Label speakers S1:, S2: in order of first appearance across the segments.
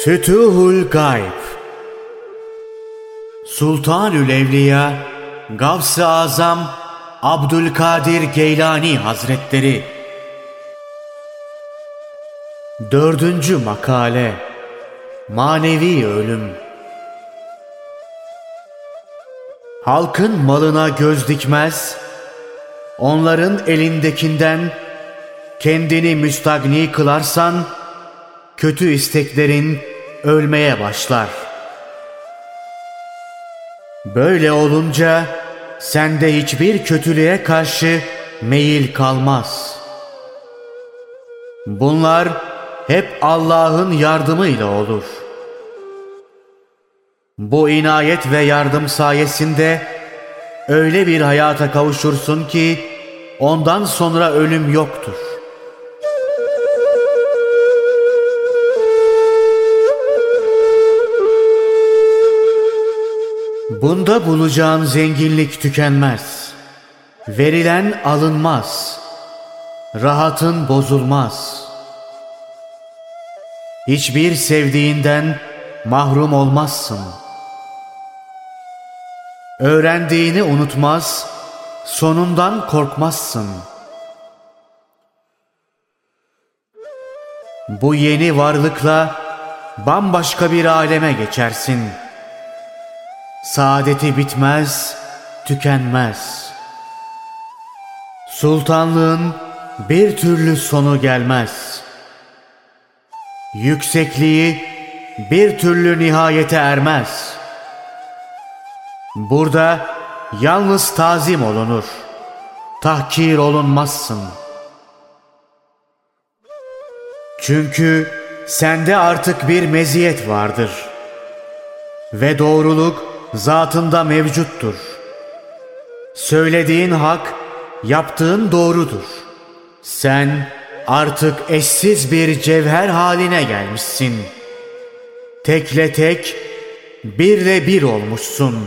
S1: Fütuhul Gayb. Sultanül Evliya Gavs-ı Azam Abdülkadir Geylani Hazretleri. 4. makale. Manevi ölüm. Halkın malına göz dikmez, onların elindekinden kendini müstagni kılarsan, kötü isteklerin ölmeye başlar. Böyle olunca sende hiçbir kötülüğe karşı meyil kalmaz. Bunlar hep Allah'ın yardımıyla olur. Bu inayet ve yardım sayesinde öyle bir hayata kavuşursun ki ondan sonra ölüm yoktur. Bunda bulacağın zenginlik tükenmez. Verilen alınmaz. Rahatın bozulmaz. Hiçbir sevdiğinden mahrum olmazsın. Öğrendiğini unutmaz, sonundan korkmazsın. Bu yeni varlıkla bambaşka bir aleme geçersin. Saadeti bitmez, tükenmez. Sultanlığın bir türlü sonu gelmez. Yüksekliği bir türlü nihayete ermez. Burada yalnız tazim olunur, tahkir olunmazsın. Çünkü sende artık bir meziyet vardır ve doğruluk zatında mevcuttur. Söylediğin hak, yaptığın doğrudur. Sen artık eşsiz bir cevher haline gelmişsin. Tekle tek, birle bir olmuşsun.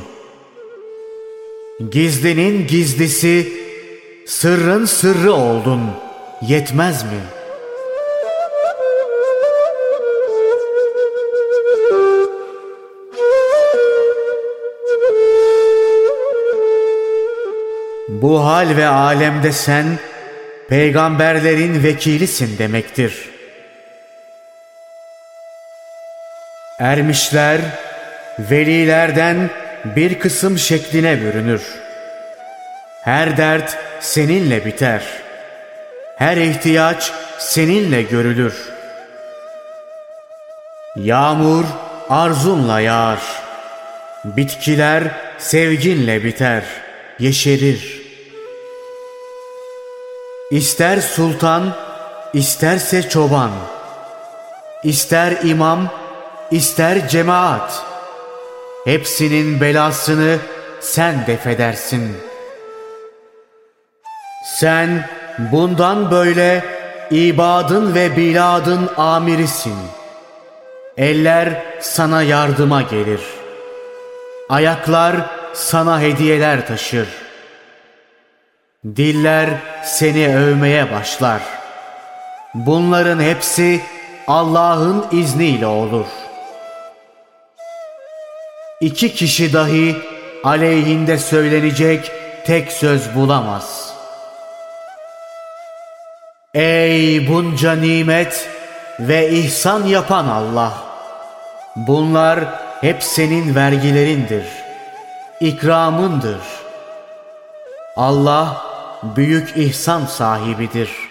S1: Gizlinin gizlisi, sırrın sırrı oldun. Yetmez mi? Bu hal ve alemde sen, peygamberlerin vekilisin demektir. Ermişler, velilerden bir kısım şekline bürünür. Her dert seninle biter. Her ihtiyaç seninle görülür. Yağmur arzunla yağar. Bitkiler sevginle biter, yeşerir. İster sultan, isterse çoban, ister imam, ister cemaat, hepsinin belasını sen defedersin. Sen bundan böyle ibadın ve biladın amirisin. Eller sana yardıma gelir. Ayaklar sana hediyeler taşır. Diller seni övmeye başlar. Bunların hepsi Allah'ın izniyle olur. 2 kişi dahi aleyhinde söylenecek tek söz bulamaz. Ey bunca nimet ve ihsan yapan Allah! Bunlar hep senin vergilerindir, ikramındır. Allah büyük ihsan sahibidir.